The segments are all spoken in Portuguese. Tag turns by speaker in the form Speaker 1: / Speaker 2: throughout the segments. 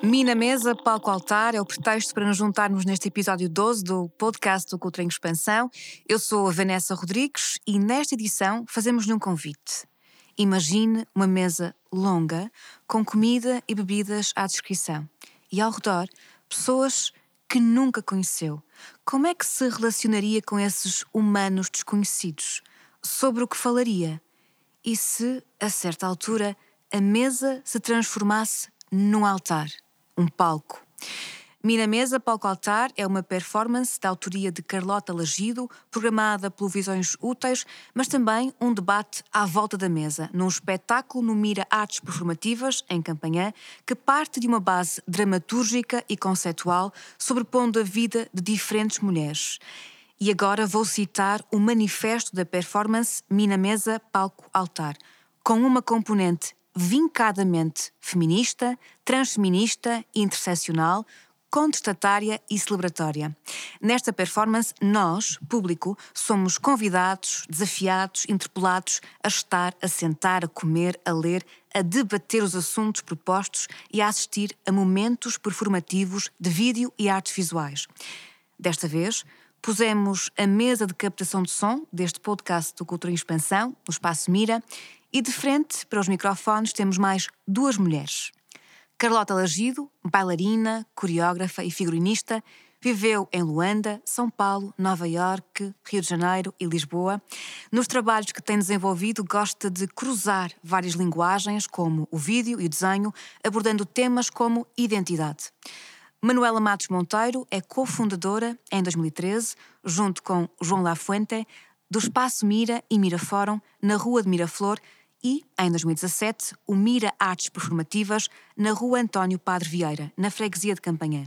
Speaker 1: Mina Mesa, Palco Altar é o pretexto para nos juntarmos neste episódio 12 do podcast do Cultura em Expansão. Eu sou a Vanessa Rodrigues e nesta edição fazemos-lhe um convite. Imagine uma mesa longa com comida e bebidas à descrição e ao redor pessoas que nunca conheceu. Como é que se relacionaria com esses humanos desconhecidos? Sobre o que falaria? E se, a certa altura, a mesa se transformasse num altar, um palco? Mina Mesa, Palco Altar é uma performance da autoria de Carlota Lagido, programada pelo Visões Úteis, mas também um debate à volta da mesa, num espetáculo no Mira Artes Performativas, em Campanhã, que parte de uma base dramatúrgica e conceitual, sobrepondo a vida de diferentes mulheres. E agora vou citar o manifesto da performance Mina Mesa, Palco Altar, com uma componente vincadamente feminista, transfeminista e interseccional, contestatária e celebratória. Nesta performance, nós, público, somos convidados, desafiados, interpelados a estar, a sentar, a comer, a ler, a debater os assuntos propostos e a assistir a momentos performativos de vídeo e artes visuais. Desta vez, pusemos a mesa de captação de som deste podcast do Cultura em Expansão, no Espaço Mira, e de frente para os microfones temos mais duas mulheres. Carlota Lagido, bailarina, coreógrafa e figurinista, viveu em Luanda, São Paulo, Nova Iorque, Rio de Janeiro e Lisboa. Nos trabalhos que tem desenvolvido, gosta de cruzar várias linguagens, como o vídeo e o desenho, abordando temas como identidade. Manuela Matos Monteiro é cofundadora, em 2013, junto com João Lafuente, do Espaço Mira e Mira Fórum, na Rua de Miraflor, e, em 2017, o Mira Artes Performativas, na Rua António Padre Vieira, na freguesia de Campanhã.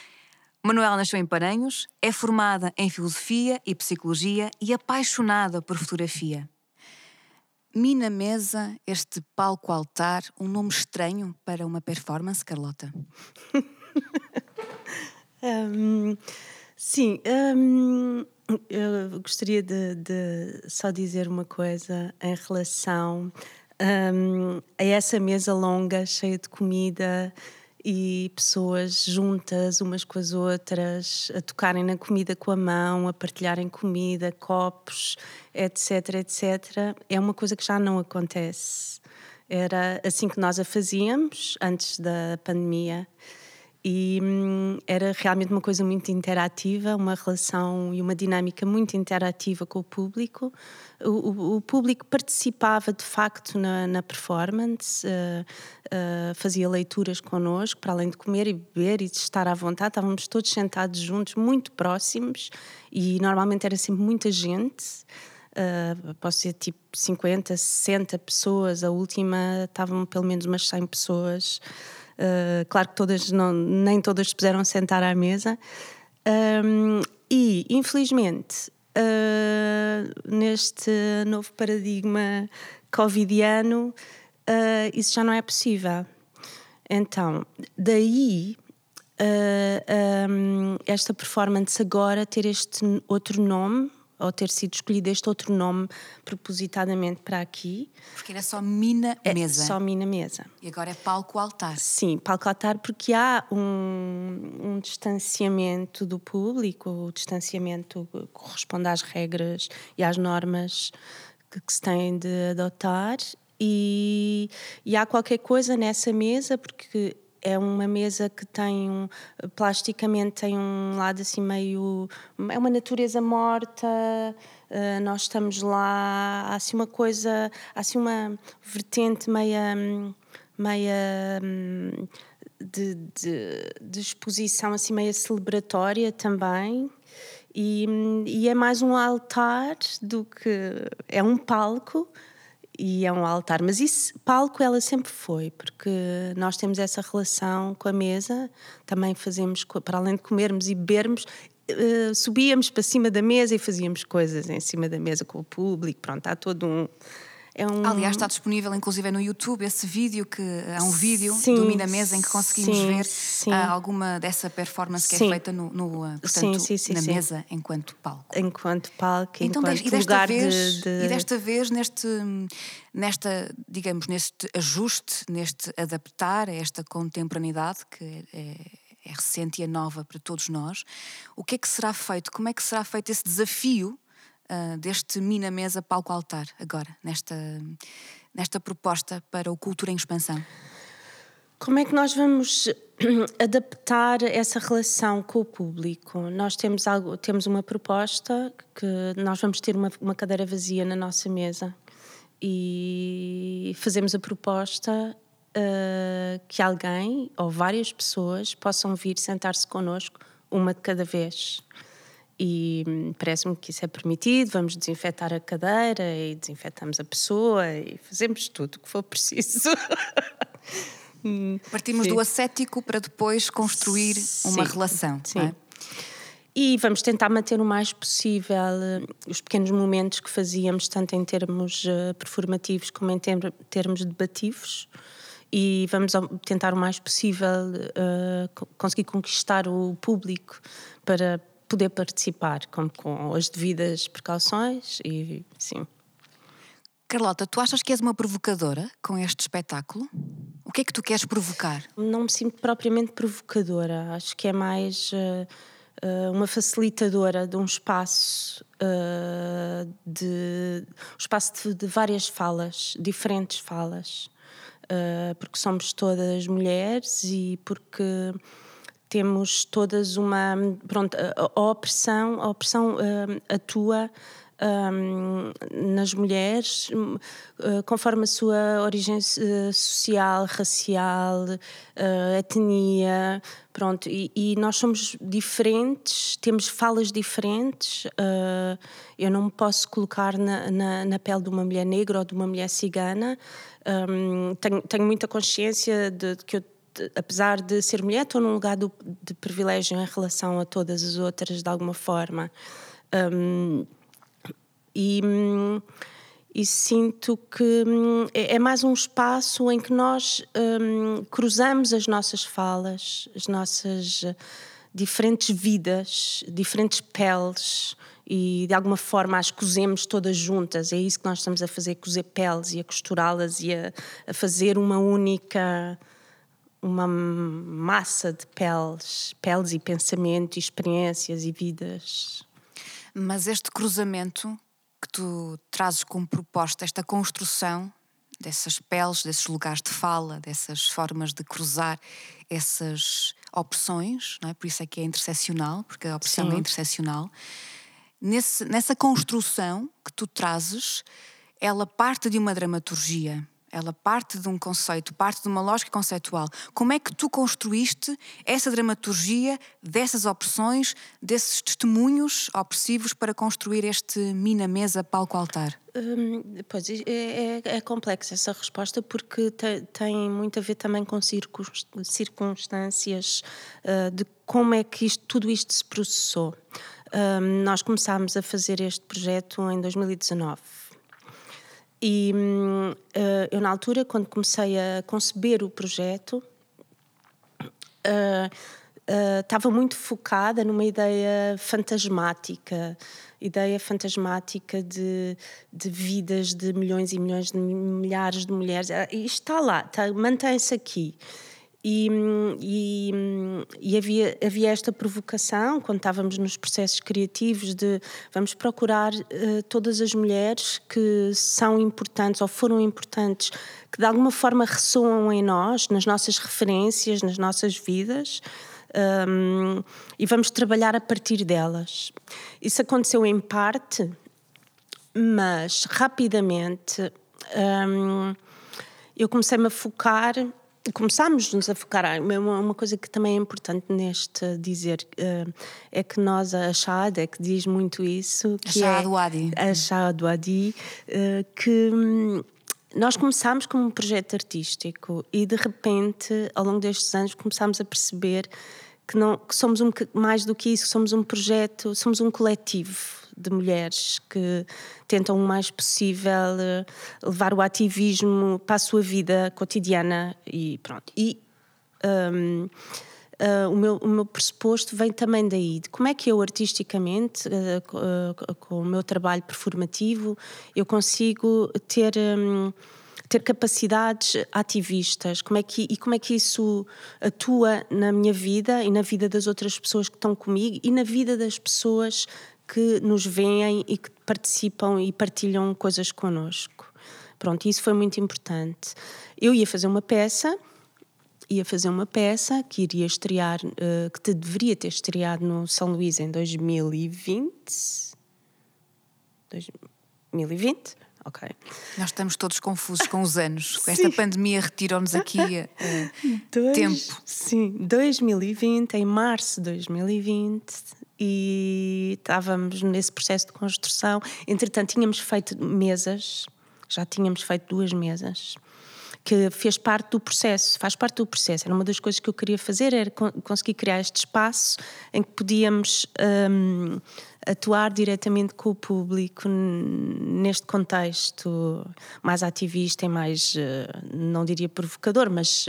Speaker 1: Manuela nasceu em Paranhos, é formada em Filosofia e Psicologia e apaixonada por fotografia. Mina Mesa, este palco-altar, um nome estranho para uma performance, Carlota?
Speaker 2: Sim, eu gostaria de só dizer uma coisa em relação a essa mesa longa, cheia de comida e pessoas juntas umas com as outras, a tocarem na comida com a mão, a partilharem comida, copos, etc, etc. É uma coisa que já não acontece. Era assim que nós a fazíamos antes da pandemia. E era realmente uma coisa muito interativa, uma relação e uma dinâmica muito interativa com o público. O público participava de facto na performance, fazia leituras connosco, para além de comer e beber e de estar à vontade. Estávamos todos sentados juntos, muito próximos, e normalmente era sempre muita gente. Posso dizer tipo 50, 60 pessoas, a última estavam pelo menos umas 100 pessoas. Claro que nem todas se puderam sentar à mesa, e infelizmente neste novo paradigma covidiano isso já não é possível. Então, daí esta performance agora ter este outro nome, ou ter sido escolhido este outro nome propositadamente para aqui.
Speaker 1: Porque era só Mina Mesa.
Speaker 2: É só Mina Mesa.
Speaker 1: E agora é Palco Altar.
Speaker 2: Sim, Palco Altar, porque há um distanciamento do público, o distanciamento corresponde às regras e às normas que se têm de adotar, e há qualquer coisa nessa mesa, porque é uma mesa que tem plasticamente tem um lado assim meio, é uma natureza morta, nós estamos lá, há assim uma coisa, há assim uma vertente meia de exposição assim meia celebratória também, e é mais um altar do que é um palco. E é um altar, mas isso, palco, ela sempre foi, porque nós temos essa relação com a mesa, também fazemos, para além de comermos e bebermos, subíamos para cima da mesa e fazíamos coisas em cima da mesa com o público, pronto, há todo
Speaker 1: Aliás, está disponível inclusive no YouTube esse vídeo, que é um vídeo do Mina Mesa em que conseguimos ver alguma dessa performance que é feita portanto, na mesa enquanto palco.
Speaker 2: Enquanto palco,
Speaker 1: então,
Speaker 2: enquanto lugar
Speaker 1: E desta vez, neste ajuste, neste adaptar a esta contemporaneidade que é recente e é nova para todos nós, o que é que será feito? Como é que será feito esse desafio deste Mina Mesa Palco Altar agora, nesta proposta para o Cultura em Expansão?
Speaker 2: Como é que nós vamos adaptar essa relação com o público? Nós temos uma proposta que nós vamos ter uma cadeira vazia na nossa mesa e fazemos a proposta que alguém ou várias pessoas possam vir sentar-se connosco, uma de cada vez. E parece-me que isso é permitido, vamos desinfetar a cadeira e desinfetamos a pessoa e fazemos tudo o que for preciso.
Speaker 1: Partimos do ascético para depois construir uma relação.
Speaker 2: Sim.
Speaker 1: Não é?
Speaker 2: E vamos tentar manter o mais possível os pequenos momentos que fazíamos, tanto em termos performativos como em termos debativos. E vamos tentar o mais possível conseguir conquistar o público para poder participar, com as devidas precauções e sim.
Speaker 1: Carlota, tu achas que és uma provocadora com este espetáculo? O que é que tu queres provocar?
Speaker 2: Não me sinto propriamente provocadora, acho que é mais uma facilitadora de um espaço de várias falas, diferentes falas, porque somos todas mulheres e porque temos todas uma... Pronto, a opressão atua nas mulheres conforme a sua origem social, racial, etnia, pronto, e nós somos diferentes, temos falas diferentes. Eu não me posso colocar na pele de uma mulher negra ou de uma mulher cigana. Tenho muita consciência de que eu, apesar de ser mulher, estou num lugar de privilégio em relação a todas as outras, de alguma forma. E sinto que é mais um espaço em que nós cruzamos as nossas falas, as nossas diferentes vidas, diferentes peles, e de alguma forma as cozemos todas juntas. É isso que nós estamos a fazer, cozer peles e a costurá-las e a fazer uma massa de peles e pensamento, e experiências e vidas.
Speaker 1: Mas este cruzamento que tu trazes como proposta, esta construção dessas peles, desses lugares de fala, dessas formas de cruzar essas opressões, não é? Por isso é que é interseccional, porque a opressão é interseccional. Nessa construção que tu trazes, ela parte de uma dramaturgia, ela parte de um conceito, parte de uma lógica conceitual. Como é que tu construíste essa dramaturgia dessas opressões, desses testemunhos opressivos para construir este Mina Mesa Palco Altar?
Speaker 2: Pois, é complexa essa resposta porque tem muito a ver também com circunstâncias de como é que tudo isto se processou. Nós começámos a fazer este projeto em 2019. E eu, na altura, quando comecei a conceber o projeto, estava muito focada numa ideia fantasmática de vidas de milhões e milhões de milhares de mulheres. E está lá, mantém-se aqui. E havia esta provocação, quando estávamos nos processos criativos, de vamos procurar todas as mulheres que são importantes ou foram importantes, que de alguma forma ressoam em nós, nas nossas referências, nas nossas vidas, e vamos trabalhar a partir delas. Isso aconteceu em parte, mas rapidamente eu começámos-nos a focar. Uma coisa que também é importante neste dizer é que nós, a Shahada, que diz muito isso, que
Speaker 1: a
Speaker 2: Shahada Wadi, que nós começámos como um projeto artístico e de repente, ao longo destes anos, começámos a perceber que somos mais do que isso, somos um projeto, somos um coletivo. de mulheres que tentam o mais possível levar o ativismo para a sua vida cotidiana e pronto. O meu pressuposto vem também daí, de como é que eu artisticamente, com o meu trabalho performativo, eu consigo ter capacidades ativistas, como é que isso atua na minha vida e na vida das outras pessoas que estão comigo e na vida das pessoas que nos veem e que participam e partilham coisas connosco. Pronto, isso foi muito importante. Eu ia fazer uma peça que iria estrear, que deveria ter estreado no São Luís em 2020. 2020? Ok.
Speaker 1: Nós estamos todos confusos com os anos. Com esta pandemia retirou-nos aqui tempo.
Speaker 2: Sim, 2020, em março de 2020, e estávamos nesse processo de construção. Entretanto, tínhamos feito mesas, já tínhamos feito 2 mesas, que faz parte do processo. Era uma das coisas que eu queria fazer, era conseguir criar este espaço em que podíamos atuar diretamente com o público neste contexto mais ativista e mais, não diria provocador, mas...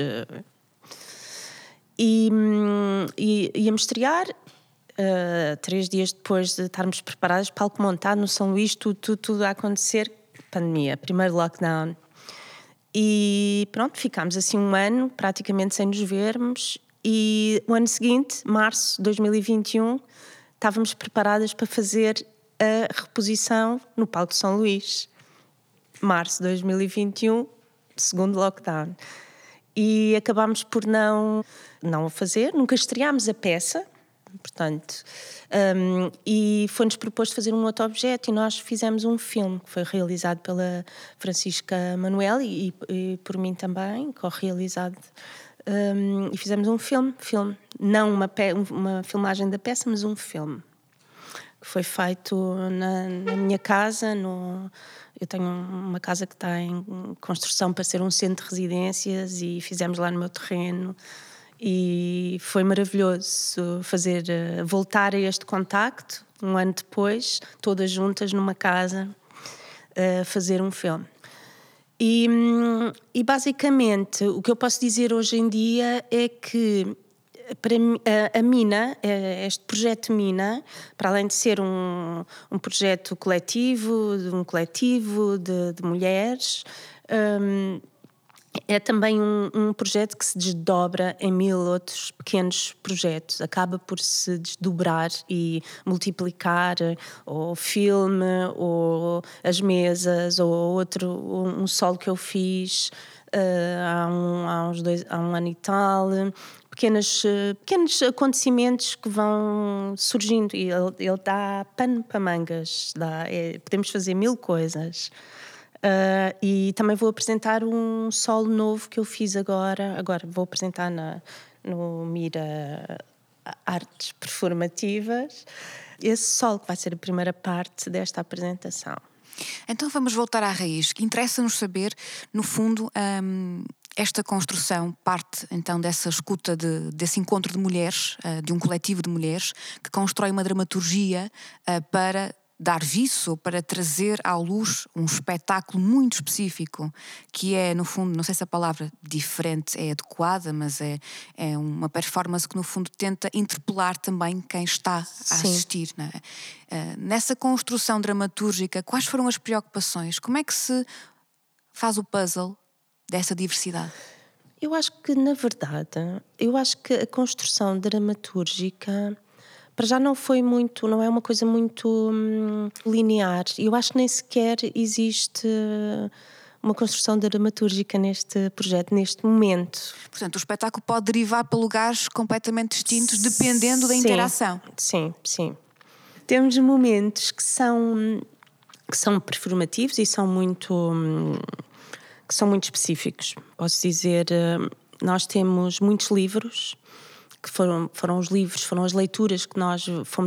Speaker 2: íamos estrear 3 dias depois de estarmos preparadas, palco montado no São Luís, tudo a acontecer, pandemia, primeiro lockdown. E pronto, ficámos assim 1 ano praticamente sem nos vermos, e o ano seguinte, março de 2021, estávamos preparadas para fazer a reposição no palco de São Luís. Março de 2021, segundo lockdown. E acabámos por não a fazer, nunca estreámos a peça, portanto, e foi-nos proposto fazer um outro objeto e nós fizemos um filme que foi realizado pela Francisca Manuel e por mim também, co-realizado, e fizemos um filme, não uma filmagem da peça, mas um filme que foi feito na minha casa. Eu tenho uma casa que está em construção para ser um centro de residências e fizemos lá no meu terreno. E foi maravilhoso voltar a este contacto, 1 ano depois, todas juntas numa casa, fazer um filme. E basicamente o que eu posso dizer hoje em dia é que para mim, a Mina, este projeto Mina, para além de ser um projeto coletivo, de mulheres, é também um projeto que se desdobra em 1000 outros pequenos projetos. Acaba por se desdobrar e multiplicar, ou o filme, ou as mesas, ou um solo que eu fiz há 1 ano e tal. Pequenos acontecimentos que vão surgindo, e ele dá pano para mangas. Podemos fazer 1000 coisas. E também vou apresentar um solo novo que eu fiz agora vou apresentar no Mira Artes Performativas, esse solo que vai ser a primeira parte desta apresentação.
Speaker 1: Então vamos voltar à raiz. Interessa-nos saber, no fundo, esta construção parte então dessa escuta, desse encontro de mulheres, de um coletivo de mulheres que constrói uma dramaturgia para dar viço, para trazer à luz um espetáculo muito específico, que é, no fundo, não sei se a palavra diferente é adequada, mas é uma performance que, no fundo, tenta interpelar também quem está a assistir. Não é? Nessa construção dramatúrgica, quais foram as preocupações? Como é que se faz o puzzle dessa diversidade?
Speaker 2: Eu acho que, na verdade, a construção dramatúrgica para já não é uma coisa muito linear. Eu acho que nem sequer existe uma construção dramatúrgica neste projeto, neste momento.
Speaker 1: Portanto, o espetáculo pode derivar para lugares completamente distintos, dependendo da interação.
Speaker 2: Sim. Temos momentos que são performativos e são muito específicos. Posso dizer, nós temos muitos livros que foram as leituras que nós fomos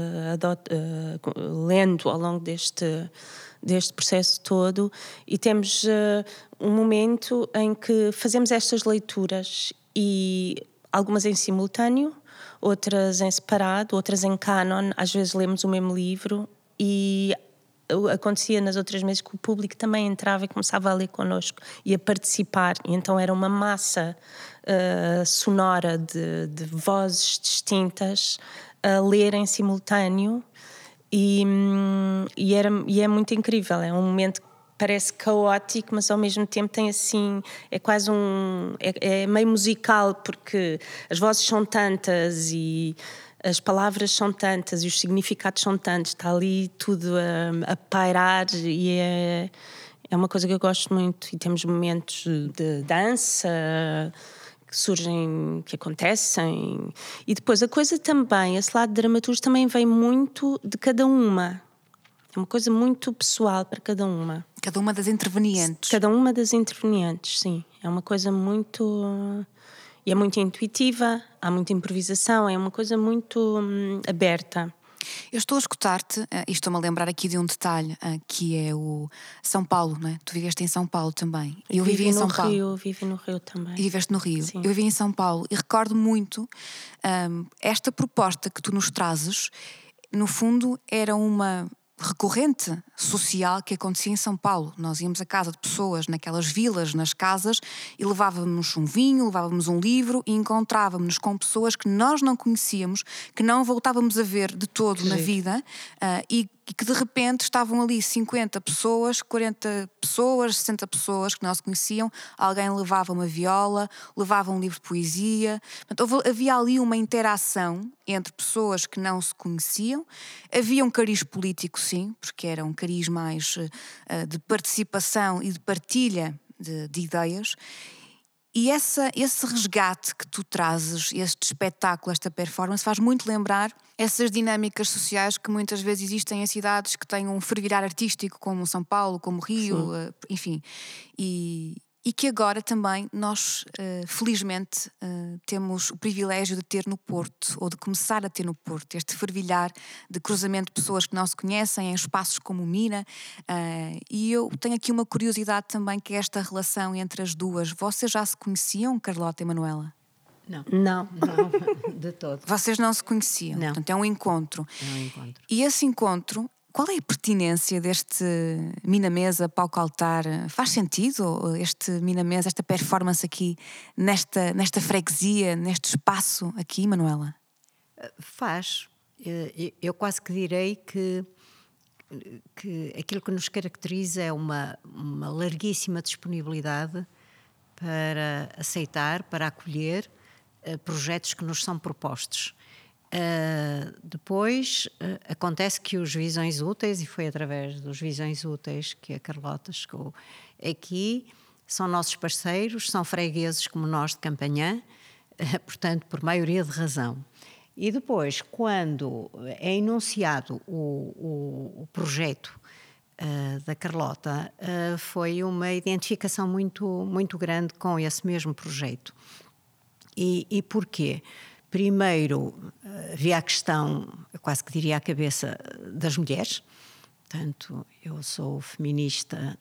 Speaker 2: lendo ao longo deste processo todo, e temos um momento em que fazemos estas leituras, e algumas em simultâneo, outras em separado, outras em canon. Às vezes lemos o mesmo livro e acontecia nas outras mesas que o público também entrava e começava a ler connosco e a participar, e então era uma massa sonora de vozes distintas a ler em simultâneo, e é muito incrível. É um momento que parece caótico, mas ao mesmo tempo tem assim, é quase é meio musical, porque as vozes são tantas e as palavras são tantas e os significados são tantos, está ali tudo a pairar, e é uma coisa que eu gosto muito. E temos momentos de dança que surgem, que acontecem, e depois a coisa também, esse lado dramaturgo também vem muito de cada uma. É uma coisa muito pessoal para cada uma.
Speaker 1: Cada uma das intervenientes.
Speaker 2: Cada uma das intervenientes, sim. É uma coisa muito... E é muito intuitiva, há muita improvisação, é uma coisa muito aberta.
Speaker 1: Eu estou a escutar-te e estou-me a lembrar aqui de um detalhe, que é o São Paulo, não é? Tu viveste em São Paulo também.
Speaker 2: Eu vivi em São Paulo. Vivi no Rio também.
Speaker 1: E viveste no Rio.
Speaker 2: Sim.
Speaker 1: Eu vivi em São Paulo e recordo muito esta proposta que tu nos trazes. No fundo, era uma recorrente social que acontecia em São Paulo. Nós íamos à casa de pessoas naquelas vilas, nas casas, e levávamos um vinho, levávamos um livro e encontrávamos-nos com pessoas que nós não conhecíamos, que não voltávamos a ver de todo na vida, e que de repente estavam ali 50 pessoas, 40 pessoas, 60 pessoas que não se conheciam. Alguém levava uma viola, levava um livro de poesia. Portanto, havia ali uma interação entre pessoas que não se conheciam. Havia um cariz político, sim, porque era um cariz mais de participação e de partilha de ideias. E esse resgate que tu trazes, este espetáculo, esta performance, faz muito lembrar essas dinâmicas sociais que muitas vezes existem em cidades que têm um fervilhar artístico, como São Paulo, como Rio, enfim. E que agora também nós, felizmente, temos o privilégio de ter no Porto, ou de começar a ter no Porto, este fervilhar de cruzamento de pessoas que não se conhecem em espaços como o Mina. E eu tenho aqui uma curiosidade também, que é esta relação entre as duas. Vocês já se conheciam, Carlota e Manuela?
Speaker 3: Não, de todo.
Speaker 1: Vocês não se conheciam,
Speaker 3: não.
Speaker 1: Portanto é um encontro.
Speaker 3: É um encontro.
Speaker 1: E esse encontro, qual é a pertinência deste Mina Mesa, palco altar? Faz sentido este Mina Mesa, esta performance aqui, nesta freguesia, neste espaço aqui, Manuela?
Speaker 3: Faz. Eu quase que direi que aquilo que nos caracteriza é uma larguíssima disponibilidade para aceitar, para acolher projetos que nos são propostos. Depois acontece que os Visões Úteis, e foi através dos Visões Úteis que a Carlota chegou aqui, são nossos parceiros, são fregueses como nós de Campanhã, portanto, por maioria de razão. E depois, quando é enunciado o projeto da Carlota, foi uma identificação muito, muito grande com esse mesmo projeto. E porquê? Primeiro, havia a questão, eu quase que diria a cabeça, das mulheres. Portanto, eu sou feminista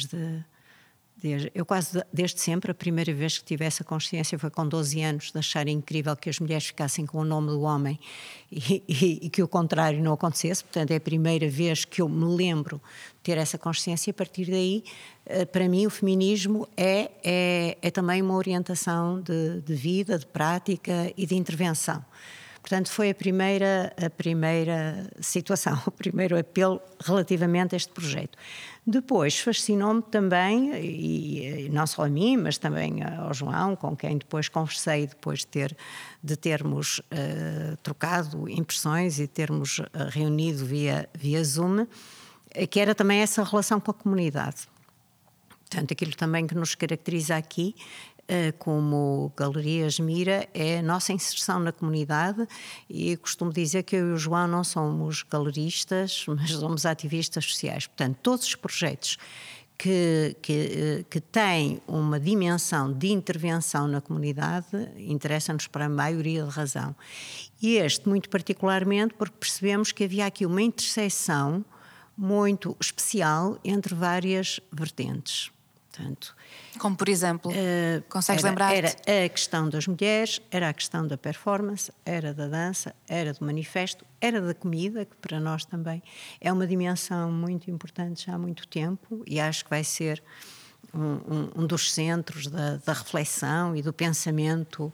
Speaker 3: desde sempre. A primeira vez que tive essa consciência foi com 12 anos, de achar incrível que as mulheres ficassem com o nome do homem e que o contrário não acontecesse. Portanto, é a primeira vez que eu me lembro de ter essa consciência. A partir daí, para mim, o feminismo é também uma orientação de vida, de prática e de intervenção. Portanto, foi a primeira situação, o primeiro apelo relativamente a este projeto. Depois, fascinou-me também, e não só a mim, mas também ao João, com quem depois conversei, depois de termos trocado impressões e termos reunido via Zoom, que era também essa relação com a comunidade. Portanto, aquilo também que nos caracteriza aqui, como Galerias Mira, é a nossa inserção na comunidade, e costumo dizer que eu e o João não somos galeristas, mas somos ativistas sociais. Portanto, todos os projetos que têm uma dimensão de intervenção na comunidade interessam-nos para a maioria de razão. E este, muito particularmente, porque percebemos que havia aqui uma interseção muito especial entre várias vertentes. Portanto,
Speaker 1: como por exemplo, consegues lembrar-te?
Speaker 3: Era a questão das mulheres, era a questão da performance, era da dança, era do manifesto, era da comida, que para nós também é uma dimensão muito importante já há muito tempo, e acho que vai ser um dos centros da reflexão e do pensamento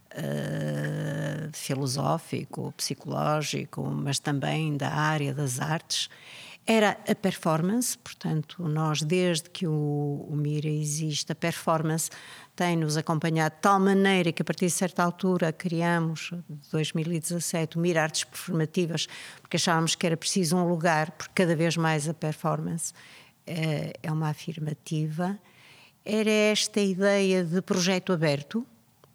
Speaker 3: filosófico, psicológico, mas também da área das artes. Era a performance, portanto, nós desde que o Mira existe, a performance tem-nos acompanhado de tal maneira que a partir de certa altura criamos, de 2017, o Mira Artes Performativas, porque achávamos que era preciso um lugar, porque cada vez mais a performance é uma afirmativa. Era esta ideia de projeto aberto,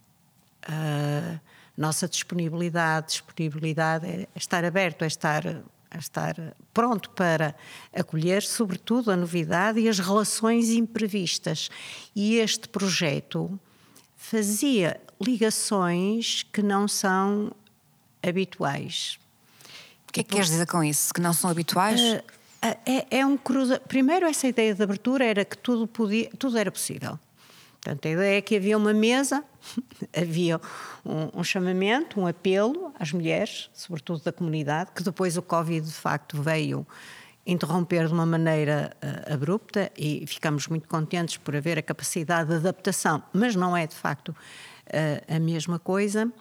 Speaker 3: nossa disponibilidade é estar aberto, é estar pronto para acolher, sobretudo, a novidade e as relações imprevistas. E este projeto fazia ligações que não são habituais.
Speaker 1: O que é que queres dizer com isso? Que não são habituais?
Speaker 3: É um cruza. Primeiro, essa ideia de abertura era que tudo era possível. Portanto, a ideia é que havia uma mesa, havia um chamamento, um apelo às mulheres, sobretudo da comunidade, que depois o Covid, de facto, veio interromper de uma maneira abrupta, e ficamos muito contentes por haver a capacidade de adaptação, mas não é, de facto, a mesma coisa.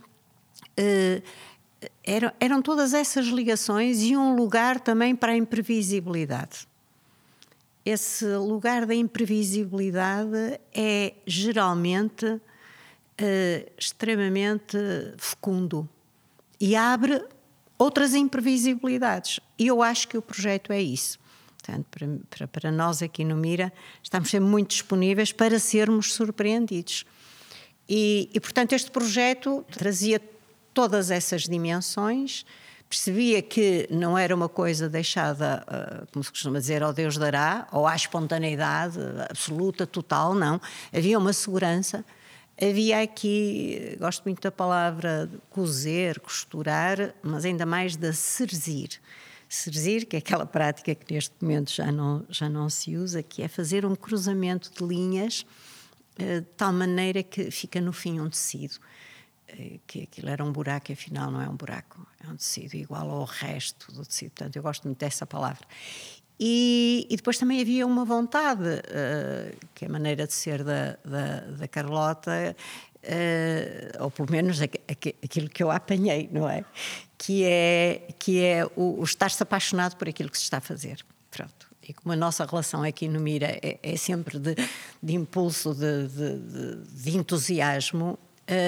Speaker 3: Eram todas essas ligações e um lugar também para a imprevisibilidade. Esse lugar da imprevisibilidade é geralmente extremamente fecundo e abre outras imprevisibilidades. E eu acho que o projeto é isso. Portanto, para nós aqui no Mira, estamos sempre muito disponíveis para sermos surpreendidos. E portanto, este projeto trazia todas essas dimensões. Percebia que não era uma coisa deixada, como se costuma dizer, ao Deus dará, ou à espontaneidade absoluta, total, não. Havia uma segurança. Havia aqui, gosto muito da palavra cozer, costurar, mas ainda mais da cerzir. Cerzir, que é aquela prática que neste momento já não se usa, que é fazer um cruzamento de linhas de tal maneira que fica no fim um tecido. Que aquilo era um buraco e afinal não é um buraco, é um tecido igual ao resto do tecido. Portanto, eu gosto muito dessa palavra. E depois também havia uma vontade, que é a maneira de ser da Carlota, ou pelo menos aquilo que eu apanhei, não é? Que é o estar-se apaixonado por aquilo que se está a fazer. Pronto. E como a nossa relação aqui no Mira é sempre de impulso, de entusiasmo,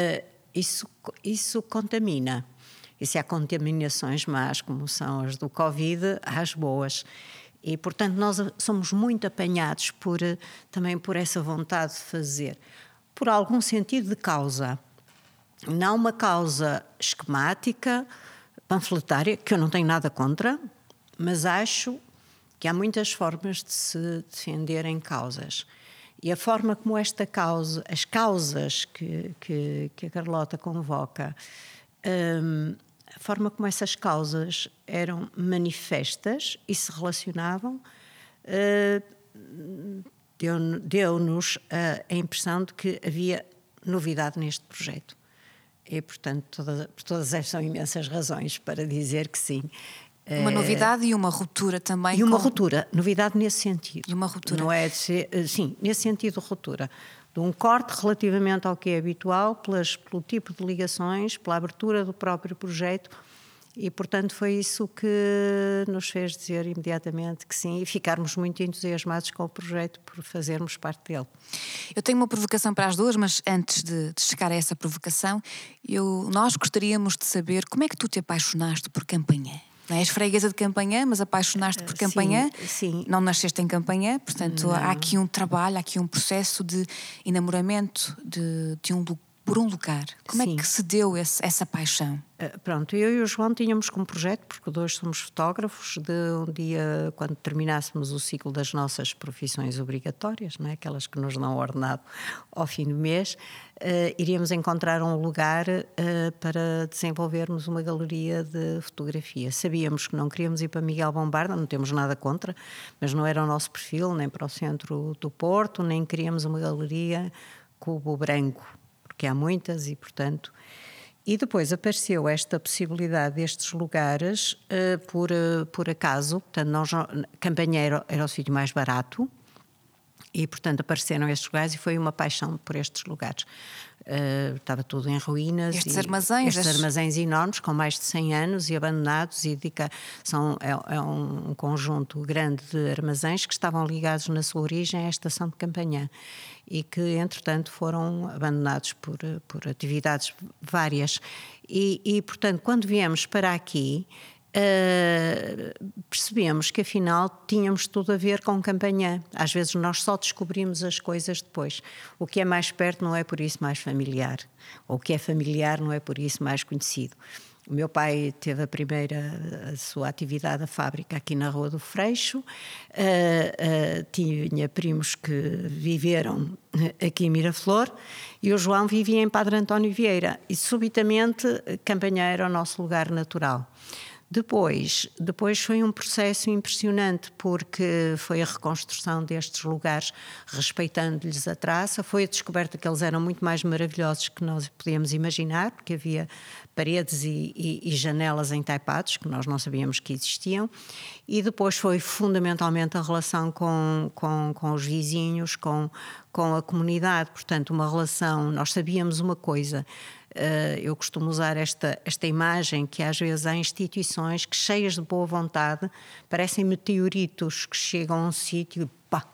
Speaker 3: isso contamina. E se há contaminações más, como são as do Covid, há as boas. E, portanto, nós somos muito apanhados também por essa vontade de fazer, por algum sentido de causa. Não uma causa esquemática, panfletária, que eu não tenho nada contra, mas acho que há muitas formas de se defenderem causas. E a forma como esta causa, as causas que a Carlota convoca, a forma como essas causas eram manifestas e se relacionavam, deu-nos a impressão de que havia novidade neste projeto. E, portanto, por todas estas são imensas razões para dizer que sim.
Speaker 1: Uma novidade e uma ruptura também.
Speaker 3: E uma ruptura, novidade nesse sentido.
Speaker 1: E uma ruptura.
Speaker 3: Não é de ser, sim, nesse sentido, ruptura. De um corte relativamente ao que é habitual, pelo tipo de ligações, pela abertura do próprio projeto. E, portanto, foi isso que nos fez dizer imediatamente que sim e ficarmos muito entusiasmados com o projeto por fazermos parte dele.
Speaker 1: Eu tenho uma provocação para as duas, mas antes de chegar a essa provocação, nós gostaríamos de saber como é que tu te apaixonaste por Campanhã. Não és freguesa de Campanhã, mas apaixonaste por Campanhã.
Speaker 3: Sim.
Speaker 1: Não nasceste em Campanhã, portanto há aqui um trabalho, há aqui um processo de enamoramento de um por um lugar. Como
Speaker 3: Sim.
Speaker 1: é que se deu essa paixão?
Speaker 3: Pronto, eu e o João tínhamos como projeto, porque dois somos fotógrafos, de um dia, quando terminássemos o ciclo das nossas profissões obrigatórias, não é? Aquelas que nos dão ordenado ao fim do mês, iríamos encontrar um lugar para desenvolvermos uma galeria de fotografia. Sabíamos que não queríamos ir para Miguel Bombarda, não temos nada contra, mas não era o nosso perfil, nem para o centro do Porto, nem queríamos uma galeria cubo branco, porque há muitas e, portanto... E depois apareceu esta possibilidade destes lugares por acaso. Portanto, Campanhã era o sítio mais barato e, portanto, apareceram estes lugares e foi uma paixão por estes lugares. Estava tudo em ruínas.
Speaker 1: Estes armazéns
Speaker 3: enormes, com mais de 100 anos e abandonados, e é um conjunto grande de armazéns que estavam ligados na sua origem à estação de Campanhã e que, entretanto, foram abandonados por atividades várias. E, portanto, quando viemos para aqui, percebemos que afinal tínhamos tudo a ver com Campanhã. Às vezes nós só descobrimos as coisas depois. O que é mais perto não é por isso mais familiar, ou o que é familiar não é por isso mais conhecido. O meu pai teve a sua atividade, a fábrica, aqui na Rua do Freixo. Tinha primos que viveram aqui em Miraflor e o João vivia em Padre António Vieira. E subitamente Campanhã era o nosso lugar natural. Depois foi um processo impressionante, porque foi a reconstrução destes lugares, respeitando-lhes a traça, foi a descoberta que eles eram muito mais maravilhosos que nós podíamos imaginar, porque havia paredes e janelas entaipados que nós não sabíamos que existiam, e depois foi fundamentalmente a relação com os vizinhos, com a comunidade. Portanto, uma relação, nós sabíamos uma coisa. Eu costumo usar esta imagem que às vezes há instituições que, cheias de boa vontade, parecem meteoritos que chegam a um sítio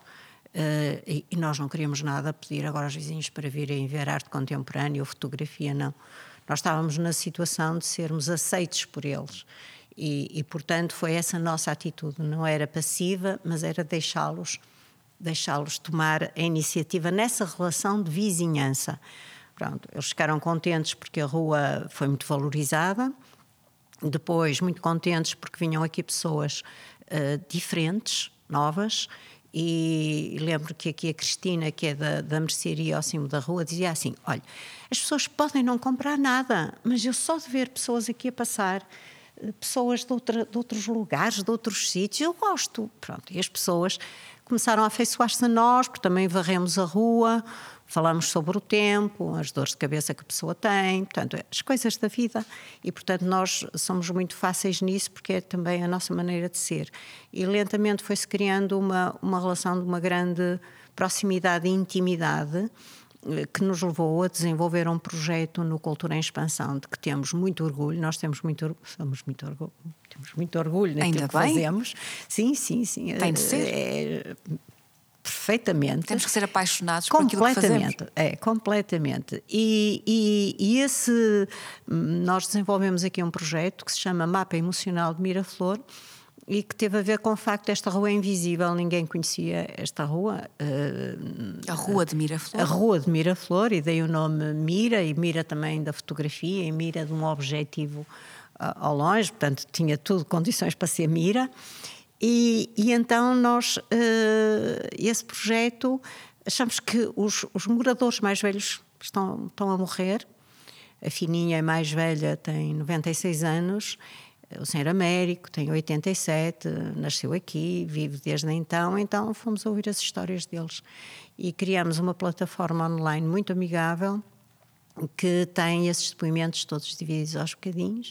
Speaker 3: e nós não queríamos nada pedir agora aos vizinhos para virem ver arte contemporânea ou fotografia, não. Nós estávamos na situação de sermos aceitos por eles e portanto foi essa nossa atitude, não era passiva, mas era deixá-los tomar a iniciativa nessa relação de vizinhança. Pronto, eles ficaram contentes porque a rua foi muito valorizada, depois muito contentes porque vinham aqui pessoas diferentes, novas, e lembro que aqui a Cristina, que é da mercearia ao cimo da rua, dizia assim: olha, as pessoas podem não comprar nada, mas eu só de ver pessoas aqui a passar, pessoas de outros lugares, de outros sítios, eu gosto. Pronto, e as pessoas começaram a afeiçoar-se a nós, porque também varremos a rua, falamos sobre o tempo, as dores de cabeça que a pessoa tem, portanto, as coisas da vida. E, portanto, nós somos muito fáceis nisso, porque é também a nossa maneira de ser. E lentamente foi-se criando uma relação de uma grande proximidade e intimidade, que nos levou a desenvolver um projeto no Cultura em Expansão, de que temos muito orgulho. Nós temos muito orgulho naquilo que fazemos. Sim.
Speaker 1: Tem de ser.
Speaker 3: Perfeitamente.
Speaker 1: Temos que ser apaixonados por aquilo que fazemos.
Speaker 3: Completamente. E nós desenvolvemos aqui um projeto que se chama Mapa Emocional de Miraflor e que teve a ver com o facto desta rua invisível, ninguém conhecia esta rua.
Speaker 1: A Rua de Miraflor.
Speaker 3: A Rua de Miraflor, e dei o nome Mira, e Mira também da fotografia, e Mira de um objetivo ao longe, portanto tinha tudo condições para ser Mira. E então nós, esse projeto, achamos que os moradores mais velhos estão a morrer. A Fininha, a mais velha, tem 96 anos, o Senhor Américo tem 87, nasceu aqui, vive desde então fomos a ouvir as histórias deles. E criamos uma plataforma online muito amigável, que tem esses depoimentos todos divididos aos bocadinhos.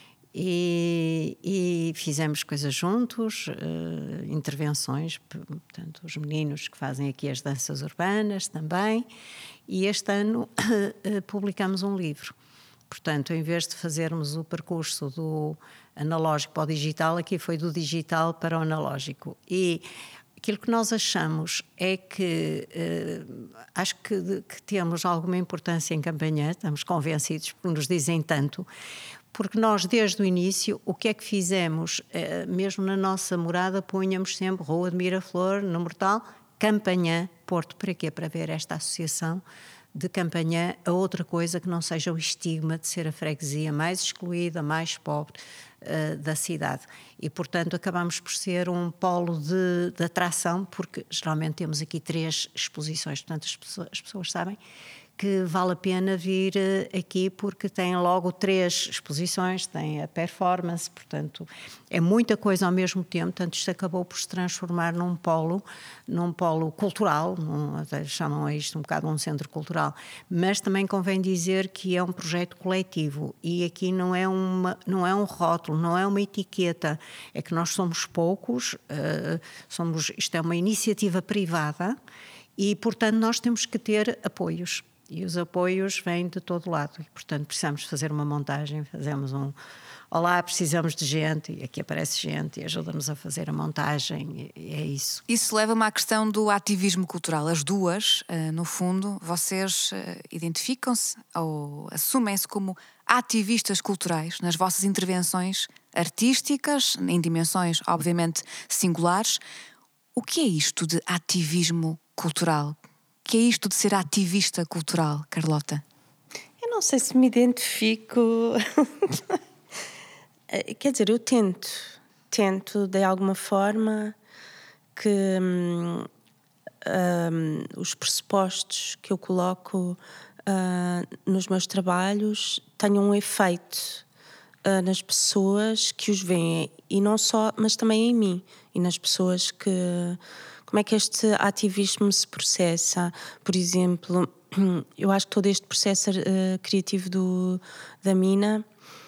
Speaker 3: E fizemos coisas juntos, intervenções, portanto, os meninos que fazem aqui as danças urbanas também, e este ano publicamos um livro. Portanto, em vez de fazermos o percurso do analógico para o digital, aqui foi do digital para o analógico. E aquilo que nós achamos é que acho que temos alguma importância em Campanhã, estamos convencidos porque nos dizem tanto. Porque nós, desde o início, o que é que fizemos? Mesmo na nossa morada, punhamos sempre Rua de Miraflor, número tal, Campanhã, Porto. Para quê? Para ver esta associação de Campanhã a outra coisa que não seja o estigma de ser a freguesia mais excluída, mais pobre da cidade. E, portanto, acabamos por ser um polo de atração, porque geralmente temos aqui 3 exposições. Portanto, as pessoas sabem que vale a pena vir aqui porque tem logo 3 exposições, tem a performance, portanto é muita coisa ao mesmo tempo, portanto isto acabou por se transformar num polo cultural, até chamam a isto um bocado um centro cultural, mas também convém dizer que é um projeto coletivo e aqui não é um rótulo, não é uma etiqueta, é que nós somos poucos, isto é uma iniciativa privada e portanto nós temos que ter apoios. E os apoios vêm de todo lado. E, portanto, precisamos fazer uma montagem, fazemos olá, precisamos de gente, e aqui aparece gente e ajuda-nos a fazer a montagem, e é isso.
Speaker 1: Isso leva-me à questão do ativismo cultural. As duas, no fundo, vocês identificam-se ou assumem-se como ativistas culturais nas vossas intervenções artísticas, em dimensões, obviamente, singulares. O que é isto de ativismo cultural? O que é isto de ser ativista cultural, Carlota?
Speaker 2: Eu não sei se me identifico. Quer dizer, eu tento de alguma forma que os pressupostos que eu coloco nos meus trabalhos tenham um efeito nas pessoas que os veem, e não só, mas também em mim e nas pessoas que... Como é que este ativismo se processa? Por exemplo, eu acho que todo este processo criativo da Mina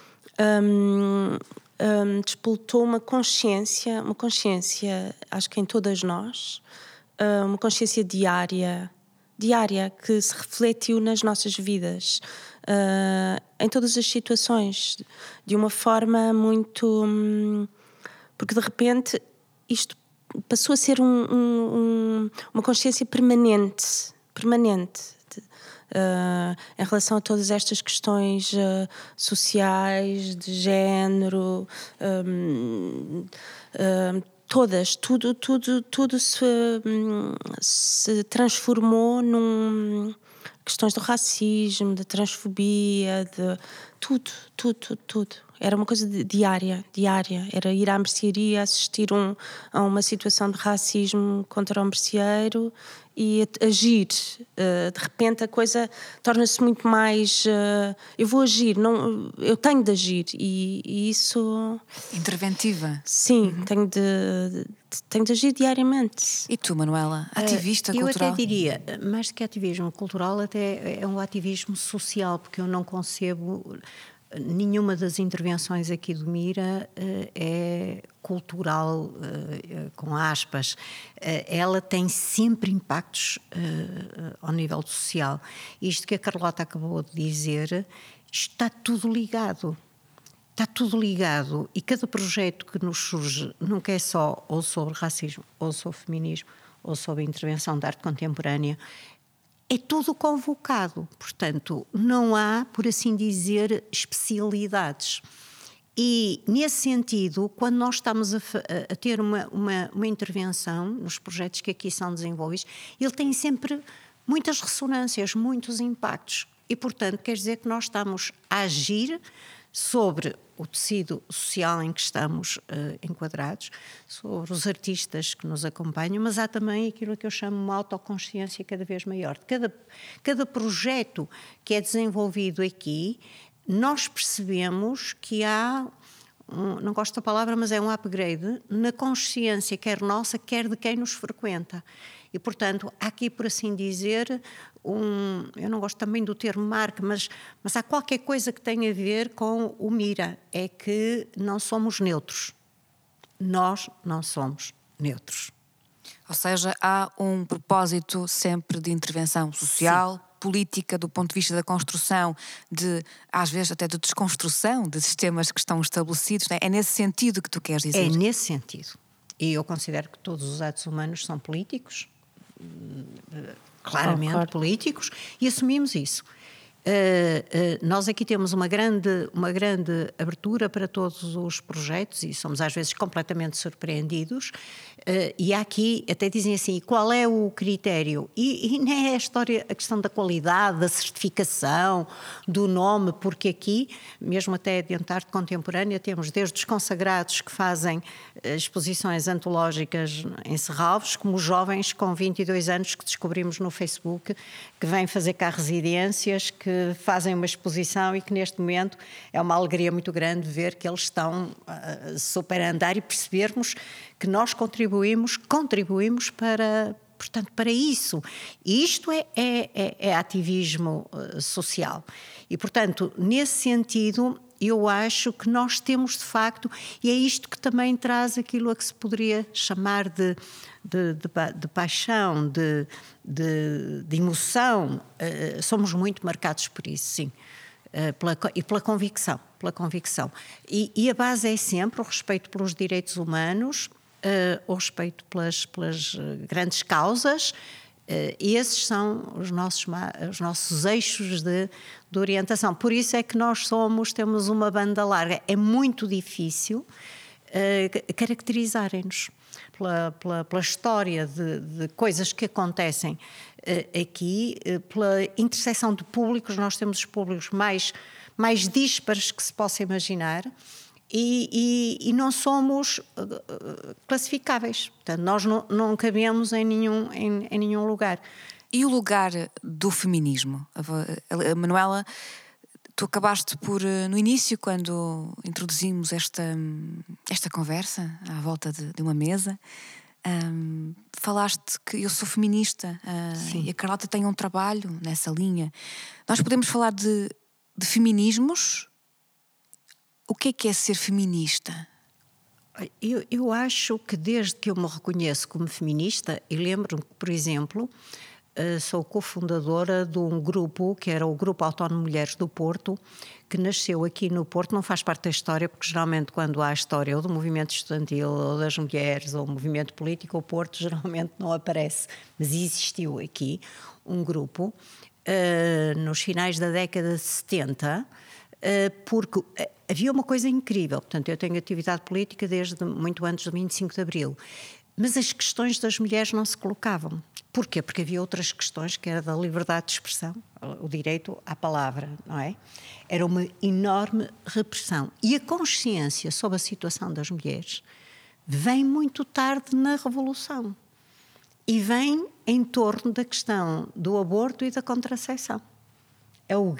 Speaker 2: despoltou uma consciência, acho que em todas nós, uma consciência diária que se refletiu nas nossas vidas, em todas as situações, de uma forma muito... porque de repente isto passou a ser uma consciência permanente em relação a todas estas questões sociais, de género, tudo se transformou num... questões do racismo, da transfobia, de tudo. Era uma coisa diária. Era ir à mercearia, assistir a uma situação de racismo contra o merceeiro e agir. De repente a coisa torna-se muito mais... eu vou agir, eu tenho de agir. E isso...
Speaker 1: Interventiva.
Speaker 2: Sim, tenho de agir diariamente.
Speaker 1: E tu, Manuela, ativista cultural?
Speaker 3: Eu até diria, mais do que ativismo cultural, até é um ativismo social, porque eu não concebo... Nenhuma das intervenções aqui do Mira é cultural, com aspas. Ela tem sempre impactos ao nível social. Isto que a Carlota acabou de dizer, está tudo ligado. Está tudo ligado e cada projeto que nos surge nunca é só ou sobre racismo, ou sobre feminismo, ou sobre a intervenção da arte contemporânea. É tudo convocado, portanto, não há, por assim dizer, especialidades. E, nesse sentido, quando nós estamos a ter uma intervenção nos projetos que aqui são desenvolvidos, ele tem sempre muitas ressonâncias, muitos impactos. E, portanto, quer dizer que nós estamos a agir sobre o tecido social em que estamos enquadrados, sobre os artistas que nos acompanham, mas há também aquilo que eu chamo uma autoconsciência cada vez maior. Cada projeto que é desenvolvido aqui, nós percebemos que há, não gosto da palavra, mas é um upgrade na consciência, quer nossa, quer de quem nos frequenta. E, portanto, há aqui, por assim dizer, eu não gosto também do termo marca, mas há qualquer coisa que tenha a ver com o Mira, é que não somos neutros. Nós não somos neutros.
Speaker 1: Ou seja, há um propósito sempre de intervenção social, sim, política, do ponto de vista da construção, às vezes até de desconstrução de sistemas que estão estabelecidos. Não é? É nesse sentido que tu queres dizer?
Speaker 3: É nesse sentido. E eu considero que todos os atos humanos são políticos, claramente políticos, e assumimos isso. Nós aqui temos uma grande abertura para todos os projetos e somos às vezes completamente surpreendidos. E aqui até dizem assim, qual é o critério? E nem é a questão da qualidade, da certificação, do nome, porque aqui, mesmo até dentro da arte contemporânea, temos desde os consagrados que fazem exposições antológicas em Serralves, como os jovens com 22 anos que descobrimos no Facebook, que vêm fazer cá residências, que fazem uma exposição e que neste momento é uma alegria muito grande ver que eles estão super a andar e percebermos que nós contribuímos para isso. E isto é ativismo social. E, portanto, nesse sentido, eu acho que nós temos, de facto, e é isto que também traz aquilo a que se poderia chamar de paixão, de emoção. Somos muito marcados por isso, sim. Pela convicção. E a base é sempre o respeito pelos direitos humanos, o respeito pelas grandes causas. Esses são os nossos eixos de orientação. Por isso é que nós temos uma banda larga. É muito difícil caracterizarem-nos pela história de coisas que acontecem aqui, pela interseção de públicos. Nós temos os públicos mais díspares que se possa imaginar. E não somos classificáveis. Portanto, nós não cabemos em nenhum lugar.
Speaker 1: E o lugar do feminismo? A Manuela, tu acabaste por, no início, quando introduzimos esta conversa à volta de uma mesa, falaste que eu sou feminista, e a Carlota tem um trabalho nessa linha. Nós podemos falar de feminismos. O que é ser feminista?
Speaker 3: Eu acho que desde que eu me reconheço como feminista, e lembro-me que, por exemplo, sou cofundadora de um grupo, que era o Grupo Autónomo Mulheres do Porto, que nasceu aqui no Porto. Não faz parte da história, porque geralmente quando há a história ou do movimento estudantil, ou das mulheres, ou movimento político, o Porto geralmente não aparece. Mas existiu aqui um grupo, nos finais da década de 70, porque havia uma coisa incrível. Portanto, eu tenho atividade política desde muito antes do 25 de Abril, mas as questões das mulheres não se colocavam. Porquê? Porque havia outras questões, que era da liberdade de expressão, o direito à palavra, não é? Era uma enorme repressão. E a consciência sobre a situação das mulheres vem muito tarde na Revolução. E vem em torno da questão do aborto e da contracepção. É o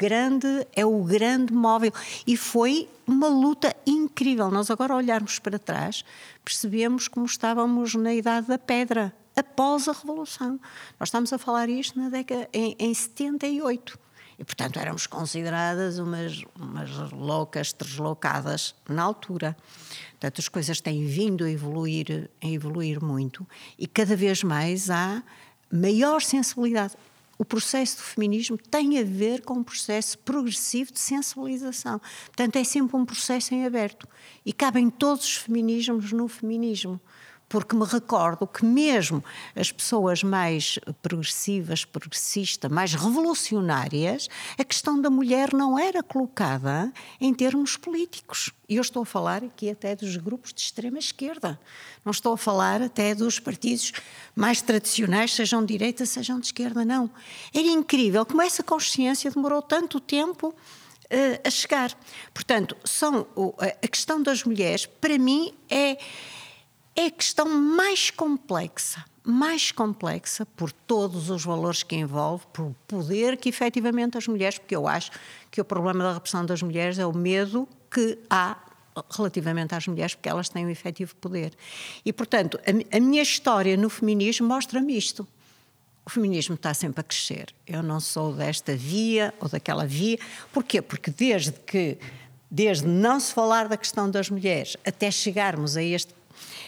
Speaker 3: grande móvel. E foi uma luta incrível. Nós agora olharmos para trás, percebemos como estávamos na Idade da Pedra, após a Revolução. Nós estamos a falar isto na década em 78. E, portanto, éramos consideradas umas loucas, deslocadas na altura. Portanto, as coisas têm vindo a evoluir muito. E cada vez mais há maior sensibilidade. O processo do feminismo tem a ver com um processo progressivo de sensibilização. Portanto, é sempre um processo em aberto. E cabem todos os feminismos no feminismo. Porque me recordo que mesmo as pessoas mais progressistas, mais revolucionárias, a questão da mulher não era colocada em termos políticos. E eu estou a falar aqui até dos grupos de extrema-esquerda. Não estou a falar até dos partidos mais tradicionais, sejam de direita, sejam de esquerda, não. Era incrível como essa consciência demorou tanto tempo a chegar. Portanto, a questão das mulheres, para mim, é a questão mais complexa por todos os valores que envolve, por poder que efetivamente as mulheres, porque eu acho que o problema da repressão das mulheres é o medo que há relativamente às mulheres, porque elas têm um efetivo poder. E, portanto, a minha história no feminismo mostra-me isto. O feminismo está sempre a crescer. Eu não sou desta via ou daquela via. Porquê? Porque desde não se falar da questão das mulheres até chegarmos a este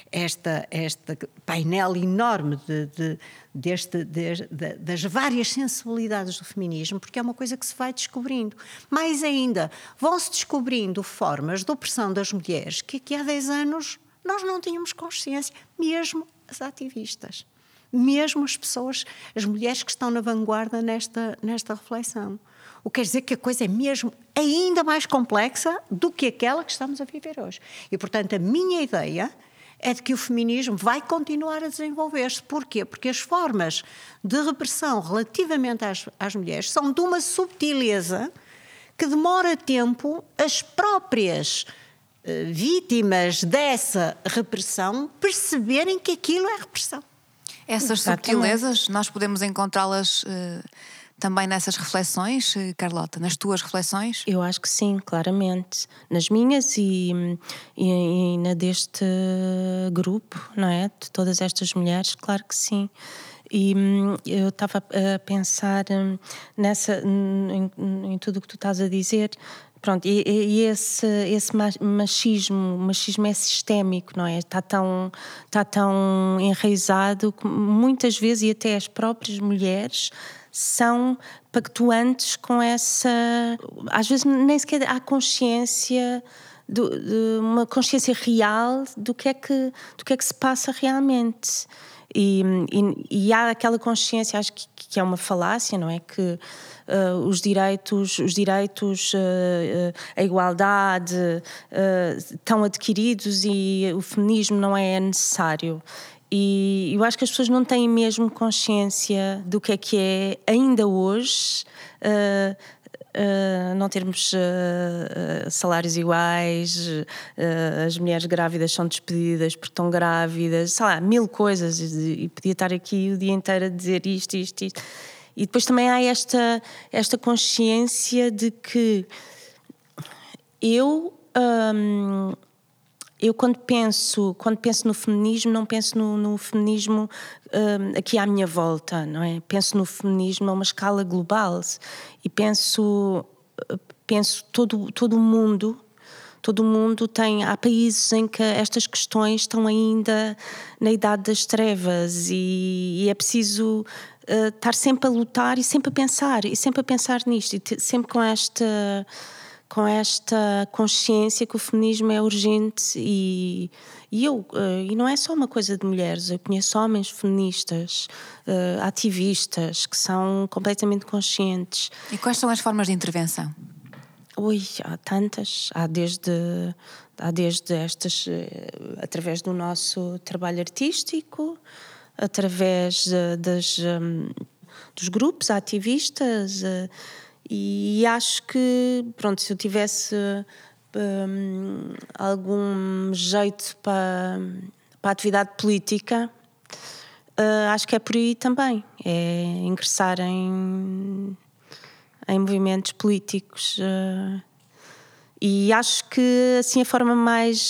Speaker 3: painel enorme das várias sensibilidades do feminismo, porque é uma coisa que se vai descobrindo. Mais ainda, vão-se descobrindo formas de opressão das mulheres que aqui há 10 anos nós não tínhamos consciência, mesmo as ativistas. mesmo as mulheres que estão na vanguarda nesta reflexão. O que quer dizer que a coisa é mesmo ainda mais complexa do que aquela que estamos a viver hoje. E, portanto, a minha ideia é de que o feminismo vai continuar a desenvolver-se. Porquê? Porque as formas de repressão relativamente às mulheres são de uma subtileza que demora tempo as próprias vítimas dessa repressão perceberem que aquilo é repressão.
Speaker 1: Essas subtilezas, nós podemos encontrá-las também nessas reflexões, Carlota, nas tuas reflexões?
Speaker 2: Eu acho que sim, claramente. Nas minhas e na deste grupo, não é? De todas estas mulheres, claro que sim. E eu estava a pensar em tudo o que tu estás a dizer. Pronto, e esse machismo é sistémico, não é? Está tão enraizado que muitas vezes, e até as próprias mulheres são pactuantes com essa... Às vezes nem sequer há consciência, de uma consciência real do que é que se passa realmente. E há aquela consciência, acho que é uma falácia, não é? Que os direitos, a igualdade estão adquiridos e o feminismo não é necessário. E eu acho que as pessoas não têm mesmo consciência do que é ainda hoje não termos salários iguais, as mulheres grávidas são despedidas porque estão grávidas, sei lá, 1000 coisas, e podia estar aqui o dia inteiro a dizer isto. E depois também há esta consciência de que eu quando penso no feminismo, não penso no feminismo aqui à minha volta, não é? Penso no feminismo a uma escala global e penso todo o mundo. Todo o mundo tem... Há países em que estas questões estão ainda na idade das trevas e é preciso estar sempre a lutar e sempre a pensar nisto e sempre com esta consciência que o feminismo é urgente e não é só uma coisa de mulheres. Eu conheço homens feministas, ativistas, que são completamente conscientes.
Speaker 1: E quais são as formas de intervenção?
Speaker 2: Há tantas. Há desde estas, através do nosso trabalho artístico, através dos grupos ativistas, e acho que, pronto, se eu tivesse algum jeito para a atividade política, acho que é por aí também. É ingressar em movimentos políticos. E acho que assim a forma mais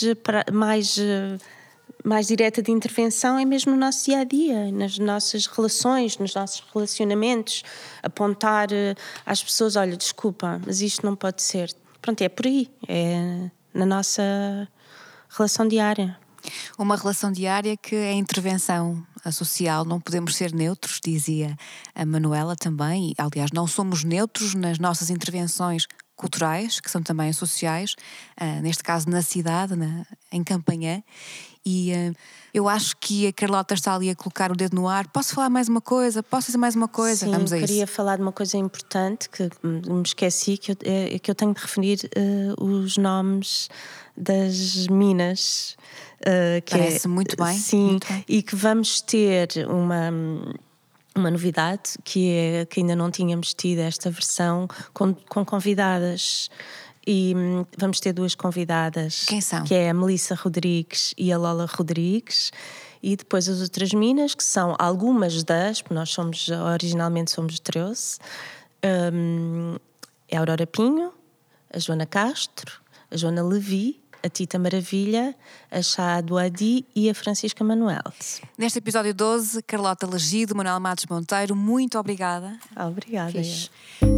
Speaker 2: direta de intervenção é mesmo no nosso dia-a-dia, nas nossas relações, nos nossos relacionamentos, apontar às pessoas, olha, desculpa, mas isto não pode ser. Pronto, é por aí, é na nossa relação diária.
Speaker 1: Uma relação diária que é intervenção social, não podemos ser neutros, dizia a Manuela também, e, aliás, não somos neutros nas nossas intervenções culturais, que são também sociais, neste caso na cidade, em Campanhã. E eu acho que a Carlota está ali a colocar o dedo no ar. Posso falar mais uma coisa? Posso dizer mais uma coisa?
Speaker 2: Sim,
Speaker 1: vamos a
Speaker 2: queria
Speaker 1: isso.
Speaker 2: falar de uma coisa importante que me esqueci, que eu tenho de referir os nomes das minas.
Speaker 1: Parece muito bem.
Speaker 2: Sim,
Speaker 1: muito bem.
Speaker 2: E que vamos ter uma novidade, que ainda não tínhamos tido esta versão, com convidadas. E vamos ter 2 convidadas.
Speaker 1: Quem são?
Speaker 2: Que é a Melissa Rodrigues e a Lola Rodrigues. E depois as outras minas, que são algumas porque nós originalmente somos 13. É a Aurora Pinho, a Joana Castro, a Joana Levi, a Tita Maravilha, a Chá Douadi e a Francisca Manuel.
Speaker 1: Neste episódio 12, Carlota Legido, Manuel Matos Monteiro, muito obrigada.
Speaker 2: Obrigada.
Speaker 1: Fixe.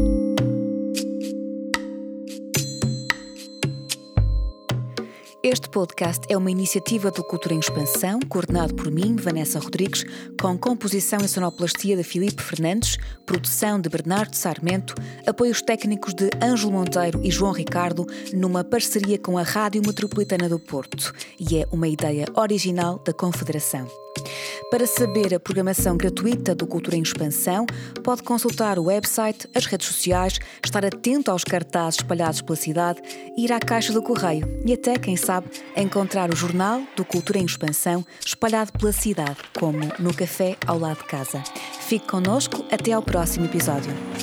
Speaker 1: Este podcast é uma iniciativa do Cultura em Expansão, coordenado por mim, Vanessa Rodrigues, com composição e sonoplastia de Filipe Fernandes, produção de Bernardo Sarmento, apoios técnicos de Ângelo Monteiro e João Ricardo, numa parceria com a Rádio Metropolitana do Porto, e é uma ideia original da Confederação. Para saber a programação gratuita do Cultura em Expansão, pode consultar o website, as redes sociais, estar atento aos cartazes espalhados pela cidade, ir à caixa do correio e até, quem sabe, encontrar o jornal do Cultura em Expansão espalhado pela cidade, como no café ao lado de casa. Fique connosco até ao próximo episódio.